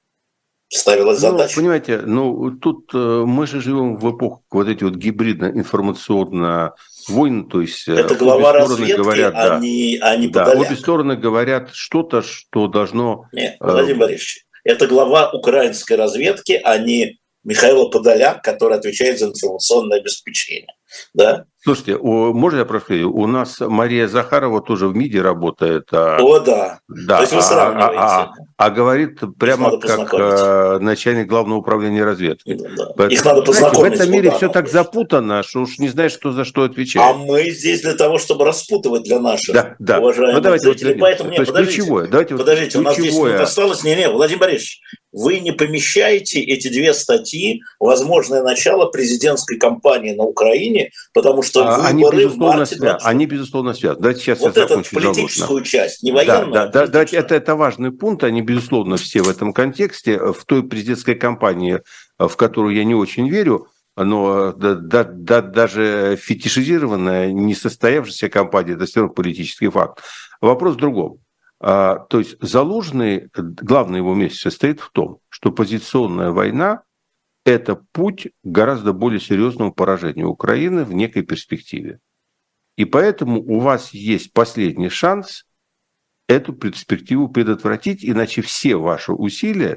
Понимаете, тут мы же живем в эпоху вот эти вот гибридно-информационно войн, то есть это глава разведки, говорят, они обе стороны говорят что-то, что должно... Нет, Владимир Борисович, это глава украинской разведки, а не Михаил Подоляк, который отвечает за информационное обеспечение. Да? Слушайте, можно я прошу? У нас Мария Захарова тоже в МИДе работает. О, да. То есть вы сравниваете. Говорит прямо как начальник главного управления разведки. Да. Их надо познакомить. В этом мире все так запутано, что уж не знаешь, кто за что отвечает. А мы здесь для того, чтобы распутывать для наших уважаемых зрителей. Поэтому, подождите, у нас 10 минут осталось. Владимир Борисович, вы не помещаете эти две статьи, возможное начало президентской кампании на Украине, потому что выборы в марте 26. Они, безусловно, связаны. Давайте сейчас вот я закончу. Политическую часть, не военную. Давайте, это важный пункт, они, безусловно, все в этом контексте. В той президентской кампании, в которую я не очень верю, но даже фетишизированная, не состоявшаяся кампания, это все равно политический факт. Вопрос в другом. То есть Залужный, главная его месть состоит в том, что позиционная война – это путь к гораздо более серьезному поражению Украины в некой перспективе. И поэтому у вас есть последний шанс эту перспективу предотвратить, иначе все ваши усилия,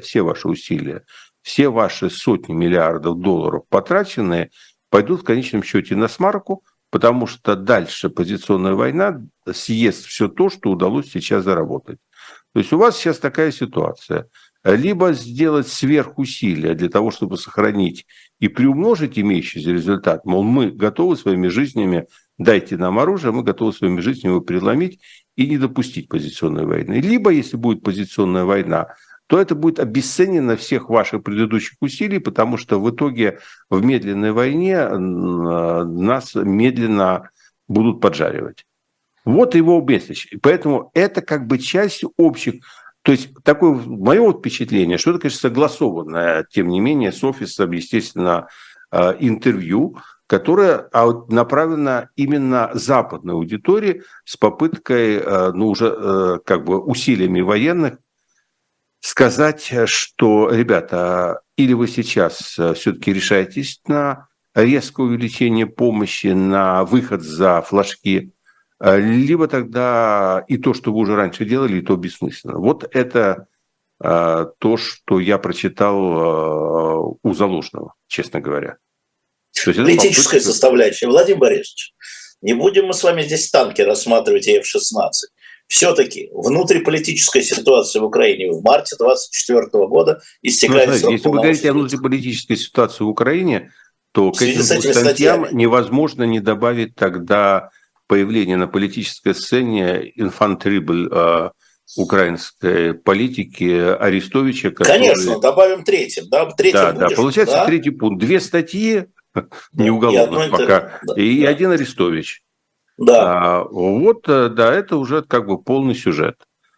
все ваши сотни миллиардов долларов потраченные пойдут в конечном счете на смарку, потому что дальше позиционная война съест все то, что удалось сейчас заработать. То есть у вас сейчас такая ситуация. Либо сделать сверхусилия для того, чтобы сохранить и приумножить имеющийся результат, мол, мы готовы своими жизнями, дайте нам оружие, мы готовы своими жизнями его переломить и не допустить позиционной войны. Либо, если будет позиционная война, то это будет обесценено всех ваших предыдущих усилий, потому что в итоге в медленной войне нас медленно будут поджаривать. Вот его местность. Поэтому это как бы часть общих... То есть такое мое впечатление, что это, конечно, согласованное, тем не менее, с офисом, естественно, интервью, которое направлено именно западной аудитории с попыткой, уже как бы усилиями военных, сказать, что, ребята, или вы сейчас все-таки решаетесь на резкое увеличение помощи, на выход за флажки, либо тогда и то, что вы уже раньше делали, и то бессмысленно. Вот это то, что я прочитал у Залужного, честно говоря. Политическая составляющая. Владимир Борисович, не будем мы с вами здесь танки рассматривать и F-16. Все-таки внутриполитическая ситуация в Украине в марте 2024 года истекает срок. Если вы говорите о внутриполитической ситуации в Украине, то к этим статьям невозможно не добавить тогда появление на политической сцене инфантрибль украинской политики Арестовича. Который... Конечно, добавим третьим. Получается третий пункт. Две статьи, не уголовных пока, и один Арестович. Да. Это уже как бы полный сюжет.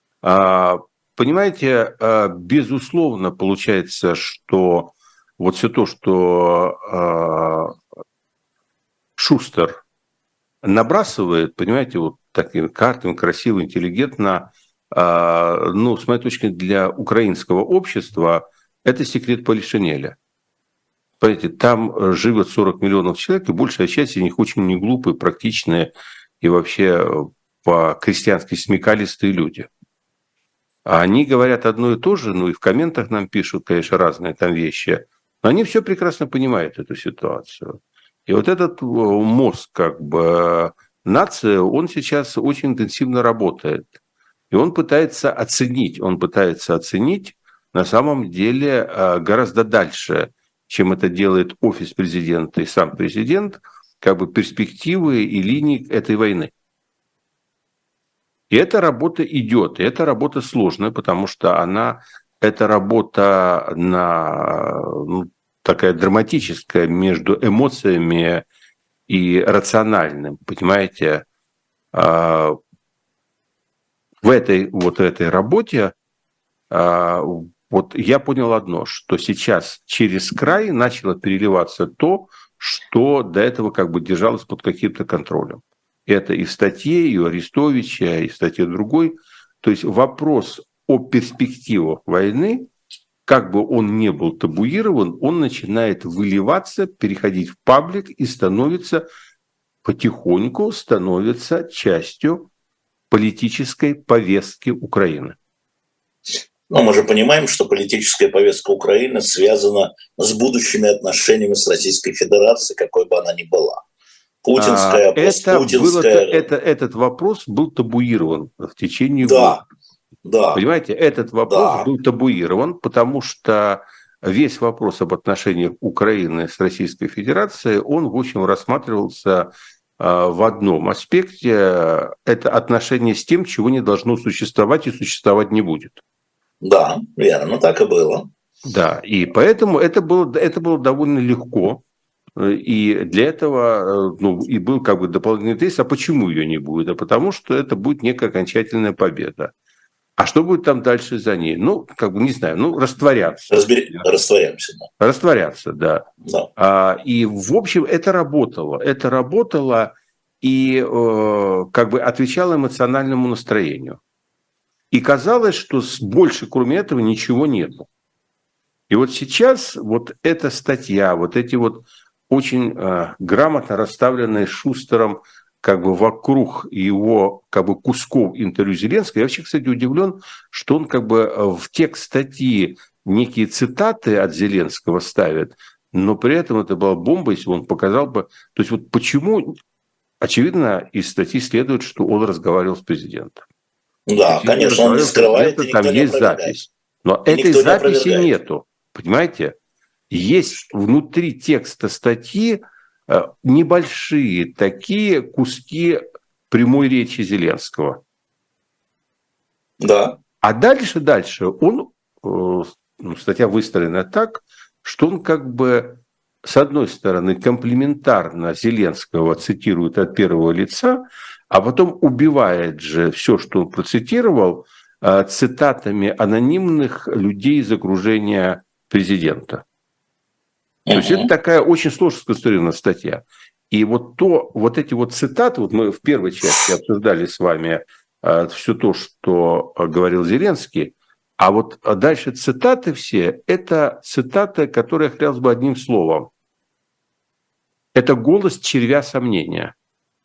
Понимаете, безусловно, получается, что вот все то, что Шустер набрасывает, понимаете, вот такими картами, красиво, интеллигентно, с моей точки зрения, для украинского общества это секрет Полишинеля. Понимаете, там живет 40 миллионов человек, и большая часть из них очень неглупые, практичные и вообще по-крестьянски смекалистые люди. А они говорят одно и то же, и в комментах нам пишут, конечно, разные там вещи, но они все прекрасно понимают эту ситуацию. И вот этот мозг как бы нации, он сейчас очень интенсивно работает. И он пытается оценить на самом деле гораздо дальше, чем это делает офис президента и сам президент, как бы перспективы и линии этой войны. И эта работа идет, и эта работа сложная, потому что эта работа такая драматическая между эмоциями и рациональным, понимаете? В этой работе вот я понял одно, что сейчас через край начало переливаться то, что до этого как бы держалось под каким-то контролем. Это и в статье, и у Арестовича, и в статье другой. То есть вопрос о перспективах войны, как бы он ни был табуирован, он начинает выливаться, переходить в паблик и потихоньку становится частью политической повестки Украины. Но мы же понимаем, что политическая повестка Украины связана с будущими отношениями с Российской Федерацией, какой бы она ни была. Путинская, постпутинская. Этот вопрос был табуирован в течение года. Да. Понимаете, этот вопрос был табуирован, потому что весь вопрос об отношениях Украины с Российской Федерацией, он, в общем, рассматривался в одном аспекте. Это отношение с тем, чего не должно существовать и существовать не будет. Да, верно, так и было. Да, и поэтому это было довольно легко. И для этого и был как бы дополнительный тезис, а почему ее не будет? А потому что это будет некая окончательная победа. А что будет там дальше за ней? Ну, как бы, не знаю, растворяться. Растворяемся, да. Растворяться, да. И, в общем, это работало. Это работало и как бы отвечало эмоциональному настроению. И казалось, что больше, кроме этого, ничего нету. И вот сейчас вот эта статья, вот эти вот очень грамотно расставленные Шустером как бы вокруг его как бы кусков интервью Зеленского. Я вообще, кстати, удивлен, что он как бы в текст статьи некие цитаты от Зеленского ставит, но при этом это была бомба, если он показал бы... То есть вот почему, очевидно, из статьи следует, что он разговаривал с президентом. Да, конечно, он не скрывает, и никто там не есть запись. Но этой записи нету, понимаете? Есть внутри текста статьи небольшие такие куски прямой речи Зеленского. Да. А дальше он, статья выстроена так, что он как бы, с одной стороны, комплиментарно Зеленского цитирует от первого лица, а потом убивает же все, что он процитировал, цитатами анонимных людей из окружения президента. То есть это такая очень сложно сконструированная статья. И вот эти вот цитаты, вот мы в первой части обсуждали с вами все то, что говорил Зеленский, а вот дальше цитаты все, это цитаты, которые я хотел бы одним словом. Это голос червя сомнения.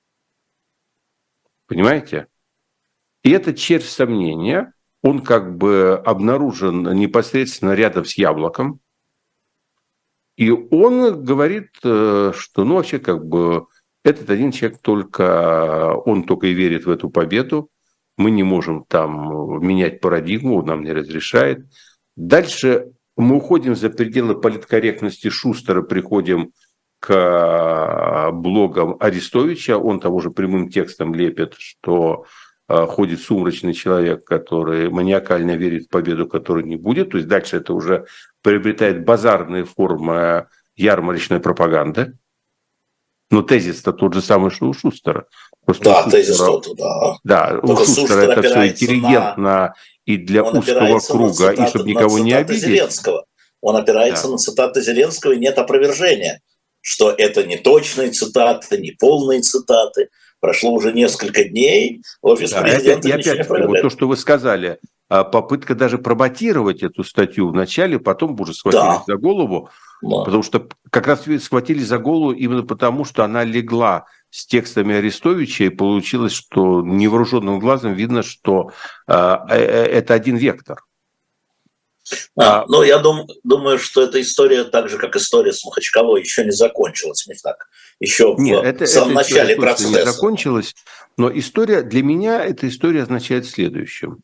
Понимаете? И этот червь сомнения, он как бы обнаружен непосредственно рядом с яблоком. И он говорит, что вообще как бы этот один человек он только и верит в эту победу. Мы не можем там менять парадигму, он нам не разрешает. Дальше мы уходим за пределы политкорректности Шустера, приходим к блогам Арестовича. Он там уже прямым текстом лепит, что ходит сумрачный человек, который маниакально верит в победу, которой не будет. То есть дальше это уже приобретает базарные формы ярмарочной пропаганды. Но тезис-то тот же самый, что у Шустера. Просто тезис тот, да. Да, у Шустера это все интеллигентно и для узкого круга, и чтобы никого не обидеть. Зеленского. Он опирается на цитаты Зеленского, и нет опровержения, что это не точные цитаты, не полные цитаты. Прошло уже несколько дней, офис президента ничего не опровергает. Вот то, что вы сказали, попытка даже проботировать эту статью вначале, потом уже схватились за голову, потому что как раз схватили за голову именно потому, что она легла с текстами Арестовича, и получилось, что невооруженным глазом видно, что это один вектор. Ну, я думаю, что эта история, так же, как история с Махачковой, еще не закончилась. Еще в самом начале процесса. Не закончилась, но история, для меня эта история означает следующее.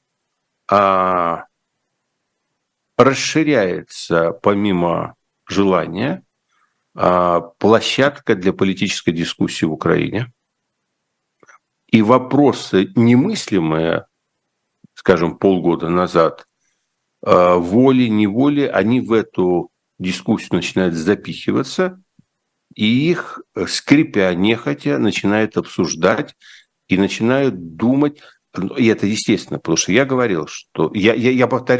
Расширяется, помимо желания, площадка для политической дискуссии в Украине. И вопросы немыслимые, скажем, полгода назад, волей-неволей, они в эту дискуссию начинают запихиваться, и их, скрипя нехотя, начинают обсуждать и начинают думать. И это естественно, потому что я говорил, что я повторял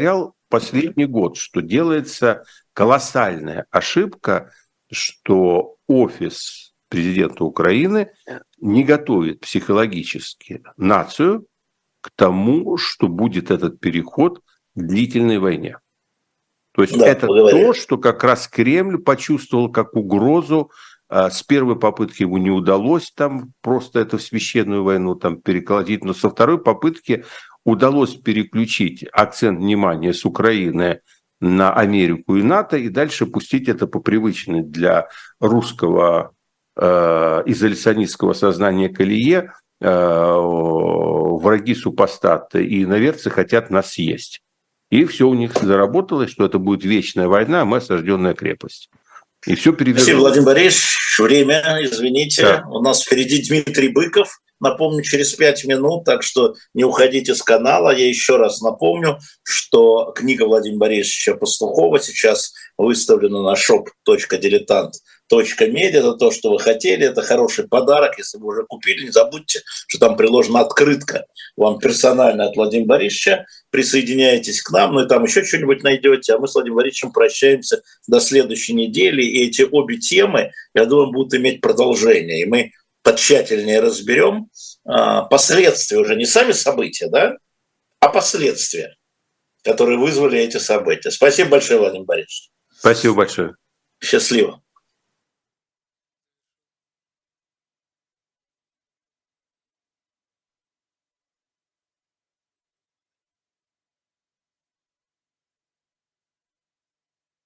последний год, что делается колоссальная ошибка, что офис президента Украины не готовит психологически нацию к тому, что будет этот переход к длительной войне. То есть это то, что как раз Кремль почувствовал как угрозу. С первой попытки ему не удалось там просто это в священную войну там переколотить, но со второй попытки удалось переключить акцент внимания с Украины на Америку и НАТО и дальше пустить это по привычной для русского изоляционистского сознания колее. Враги супостата и иноверцы хотят нас съесть. И все у них заработалось, что это будет вечная война, а мы осажденная крепость. И все перевернулось. Спасибо, Владимир Борисович. Время, извините. Да. У нас впереди Дмитрий Быков. Напомню, через 5 минут, так что не уходите с канала. Я еще раз напомню, что книга Владимира Борисовича Пастухова сейчас выставлена на shop.diletant.media. Это то, что вы хотели. Это хороший подарок. Если вы уже купили, не забудьте, что там приложена открытка вам персонально от Владимира Борисовича. Присоединяйтесь к нам, ну и там еще что-нибудь найдете. А мы с Владимиром Борисовичем прощаемся до следующей недели. И эти обе темы, я думаю, будут иметь продолжение. И мы потщательнее разберем последствия, уже не сами события, да, а последствия, которые вызвали эти события. Спасибо большое, Владимир Борисович. Спасибо большое. Счастливо.